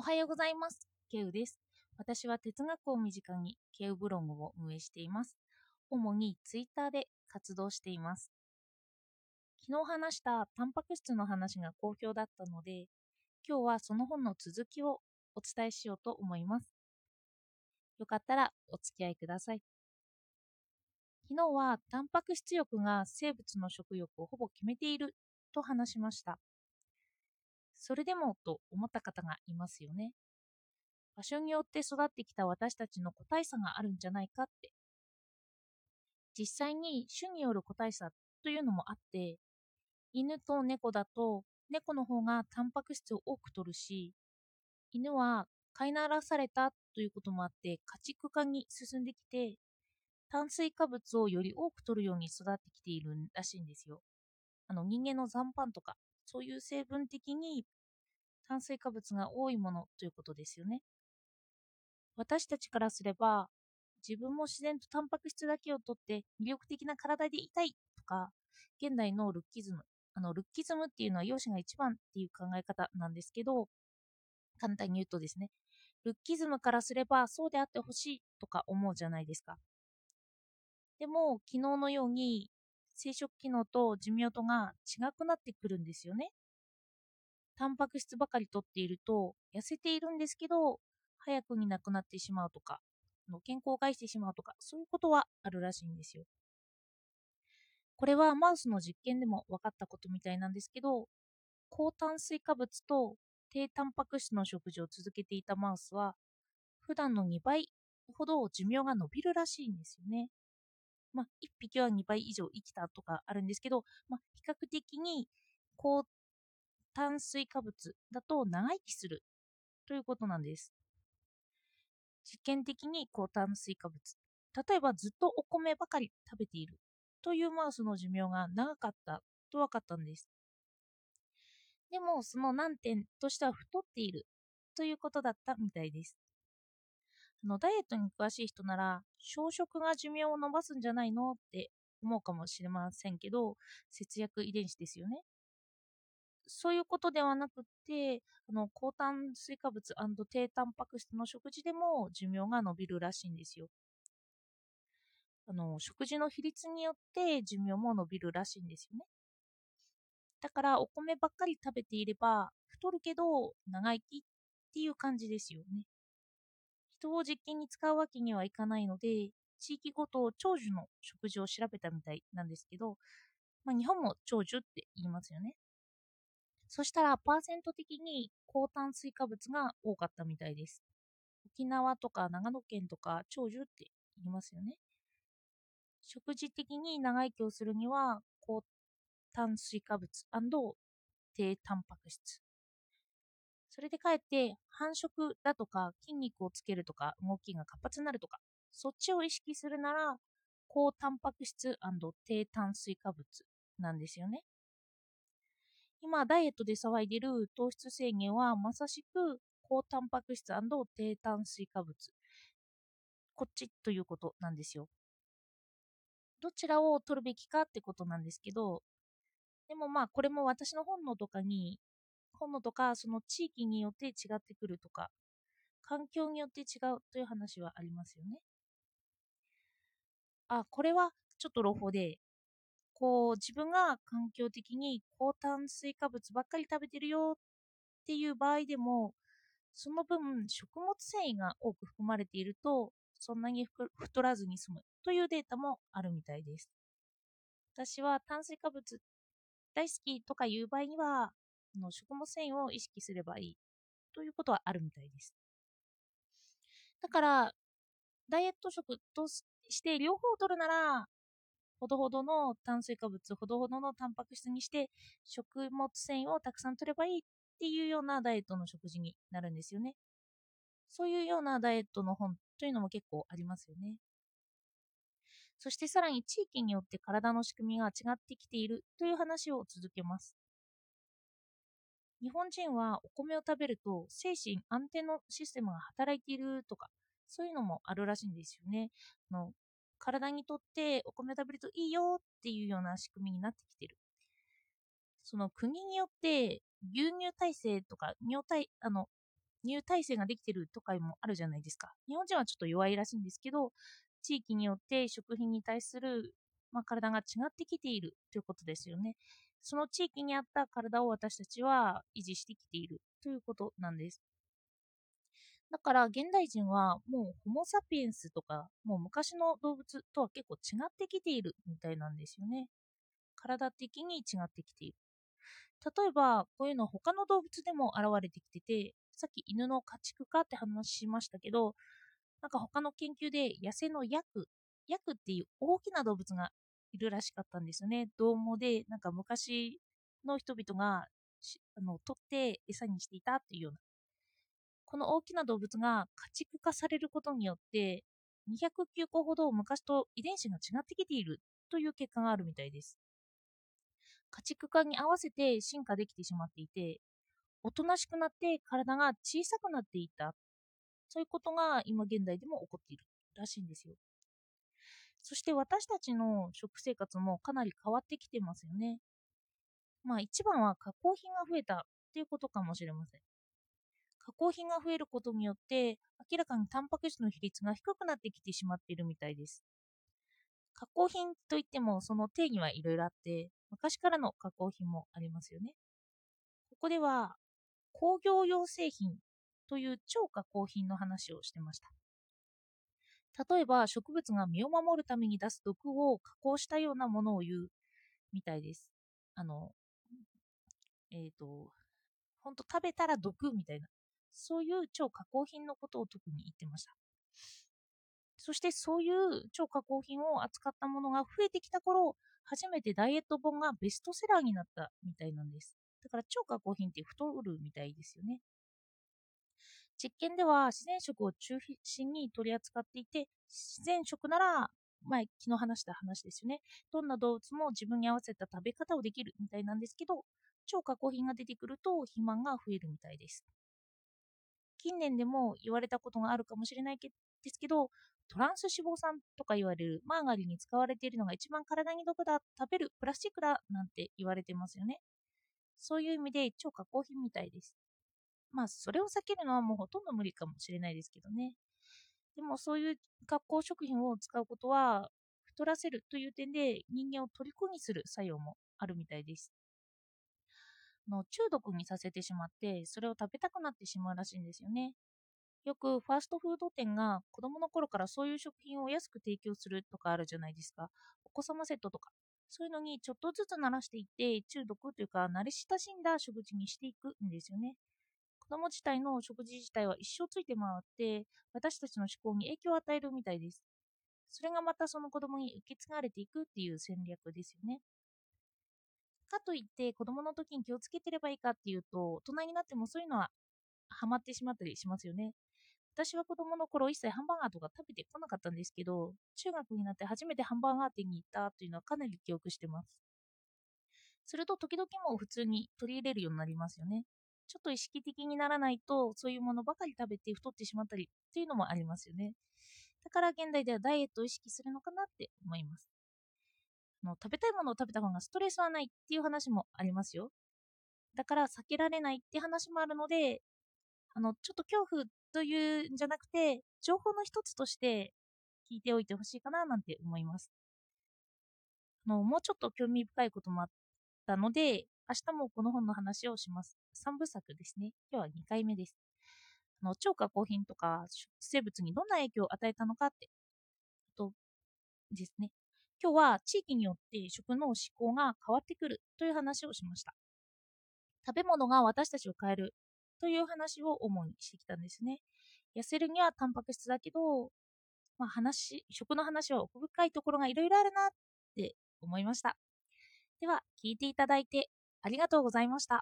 おはようございます。ケウです。私は哲学を身近にケウブログを運営しています。主にツイッターで活動しています。昨日話したタンパク質の話が好評だったので、今日はその本の続きをお伝えしようと思います。よかったらお付き合いください。昨日はタンパク質欲が生物の食欲をほぼ決めていると話しました。それでもと思った方がいますよね。場所によって育ってきた私たちの個体差があるんじゃないかって。実際に種による個体差というのもあって、犬と猫だと猫の方がタンパク質を多く摂るし、犬は飼いならされたということもあって家畜化に進んできて、炭水化物をより多く摂るように育ってきているらしいんですよ。人間の残飯とか、そういう成分的に炭水化物が多いものということですよね。私たちからすれば、自分も自然とタンパク質だけをとって魅力的な体でいたいとか、現代のルッキズム、ルッキズムっていうのは容姿が一番っていう考え方なんですけど、簡単に言うとですね、ルッキズムからすればそうであってほしいとか思うじゃないですか。でも、昨日のように生殖機能と寿命とが違くなってくるんですよね。タンパク質ばかりとっていると痩せているんですけど早くに亡くなってしまうとか健康を害してしまうとかそういうことはあるらしいんですよ。これはマウスの実験でも分かったことみたいなんですけど、高炭水化物と低タンパク質の食事を続けていたマウスは普段の2倍ほど寿命が伸びるらしいんですよね。1匹は2倍以上生きたとかあるんですけど、比較的に高炭水化物だと長生きするということなんです。実験的に高炭水化物、例えばずっとお米ばかり食べているというマウスの寿命が長かったと分かったんです。でもその難点としては太っているということだったみたいです。ダイエットに詳しい人なら小食が寿命を伸ばすんじゃないのって思うかもしれませんけど、節約遺伝子ですよね。そういうことではなくて、高炭水化物低タンパク質の食事でも寿命が伸びるらしいんですよ。食事の比率によって寿命も伸びるらしいんですよね。だからお米ばっかり食べていれば太るけど長生きっていう感じですよね。人を実験に使うわけにはいかないので、地域ごと長寿の食事を調べたみたいなんですけど、日本も長寿って言いますよね。そしたらパーセント的に高炭水化物が多かったみたいです。沖縄とか長野県とか長寿って言いますよね。食事的に長生きをするには高炭水化物低タンパク質。それでかえって繁殖だとか筋肉をつけるとか動きが活発になるとか、そっちを意識するなら高タンパク質低炭水化物なんですよね。今ダイエットで騒いでる糖質制限はまさしく高タンパク質低炭水化物、こっちということなんですよ。どちらを取るべきかってことなんですけど、でもこれも私の本能とかその地域によって違ってくるとか環境によって違うという話はありますよね。これはちょっと朗報で、自分が環境的に高炭水化物ばっかり食べてるよっていう場合でも、その分食物繊維が多く含まれているとそんなに太らずに済むというデータもあるみたいです。私は炭水化物大好きとかいう場合には食物繊維を意識すればいいということはあるみたいです。だからダイエット食として両方を取るならほどほどの炭水化物ほどほどのタンパク質にして食物繊維をたくさん取ればいいっていうようなダイエットの食事になるんですよね。そういうようなダイエットの本というのも結構ありますよね。そしてさらに地域によって体の仕組みが違ってきているという話を続けます。日本人はお米を食べると精神安定のシステムが働いているとか、そういうのもあるらしいんですよね。体にとってお米を食べるといいよっていうような仕組みになってきている。その国によって牛乳耐性とか乳耐性ができてるとかもあるじゃないですか。日本人はちょっと弱いらしいんですけど、地域によって食品に対する、体が違ってきているということですよね。その地域に合った体を私たちは維持してきているということなんです。だから現代人はもうホモ・サピエンスとかもう昔の動物とは結構違ってきているみたいなんですよね。体的に違ってきている。例えばこういうの他の動物でも現れてきてて、さっき犬の家畜化って話しましたけど、なんか他の研究で野生のヤクっていう大きな動物がいるらしかったんですよね。獰猛で、なんか昔の人々が取って餌にしていたっていうような。この大きな動物が家畜化されることによって、209個ほど昔と遺伝子が違ってきているという結果があるみたいです。家畜化に合わせて進化できてしまっていて、おとなしくなって体が小さくなっていった。そういうことが今現代でも起こっているらしいんですよ。そして私たちの食生活もかなり変わってきてますよね。一番は加工品が増えたっていうことかもしれません。加工品が増えることによって明らかにタンパク質の比率が低くなってきてしまっているみたいです。加工品といってもその定義はいろいろあって、昔からの加工品もありますよね。ここでは工業用製品という超加工品の話をしてました。例えば植物が身を守るために出す毒を加工したようなものを言うみたいです。あの、ほんと食べたら毒みたいな、そういう超加工品のことを特に言ってました。そしてそういう超加工品を扱ったものが増えてきた頃、初めてダイエット本がベストセラーになったみたいなんです。だから超加工品って太るみたいですよね。実験では自然食を中心に取り扱っていて、自然食なら、昨日話した話ですよね。どんな動物も自分に合わせた食べ方をできるみたいなんですけど、超加工品が出てくると肥満が増えるみたいです。近年でも言われたことがあるかもしれないですけど、トランス脂肪酸とか言われるマーガリンに使われているのが一番体に毒だ、食べるプラスチックだなんて言われてますよね。そういう意味で超加工品みたいです。それを避けるのはもうほとんど無理かもしれないですけどね。でもそういう加工食品を使うことは太らせるという点で人間を虜にする作用もあるみたいです。中毒にさせてしまってそれを食べたくなってしまうらしいんですよね。よくファーストフード店が子供の頃からそういう食品を安く提供するとかあるじゃないですか。お子様セットとか。そういうのにちょっとずつ慣らしていって中毒というか慣れ親しんだ食事にしていくんですよね。子供自体の食事自体は一生ついて回って私たちの思考に影響を与えるみたいです。それがまたその子供に受け継がれていくっていう戦略ですよね。かといって子供の時に気をつけてればいいかっていうと大人になってもそういうのはハマってしまったりしますよね。私は子供の頃一切ハンバーガーとか食べてこなかったんですけど、中学になって初めてハンバーガー店に行ったというのはかなり記憶してます。すると時々もう普通に取り入れるようになりますよね。ちょっと意識的にならないと、そういうものばかり食べて太ってしまったりっていうのもありますよね。だから現代ではダイエットを意識するのかなって思います。食べたいものを食べた方がストレスはないっていう話もありますよ。だから避けられないって話もあるので、ちょっと恐怖というんじゃなくて、情報の一つとして聞いておいてほしいかななんて思います。もうちょっと興味深いこともあったので、明日もこの本の話をします。3部作ですね。今日は2回目です。超加工品とか生物にどんな影響を与えたのかってとですね。今日は地域によって食の思考が変わってくるという話をしました。食べ物が私たちを変えるという話を主にしてきたんですね。痩せるにはタンパク質だけど、食の話は奥深いところがいろいろあるなって思いました。では、聞いていただいてありがとうございました。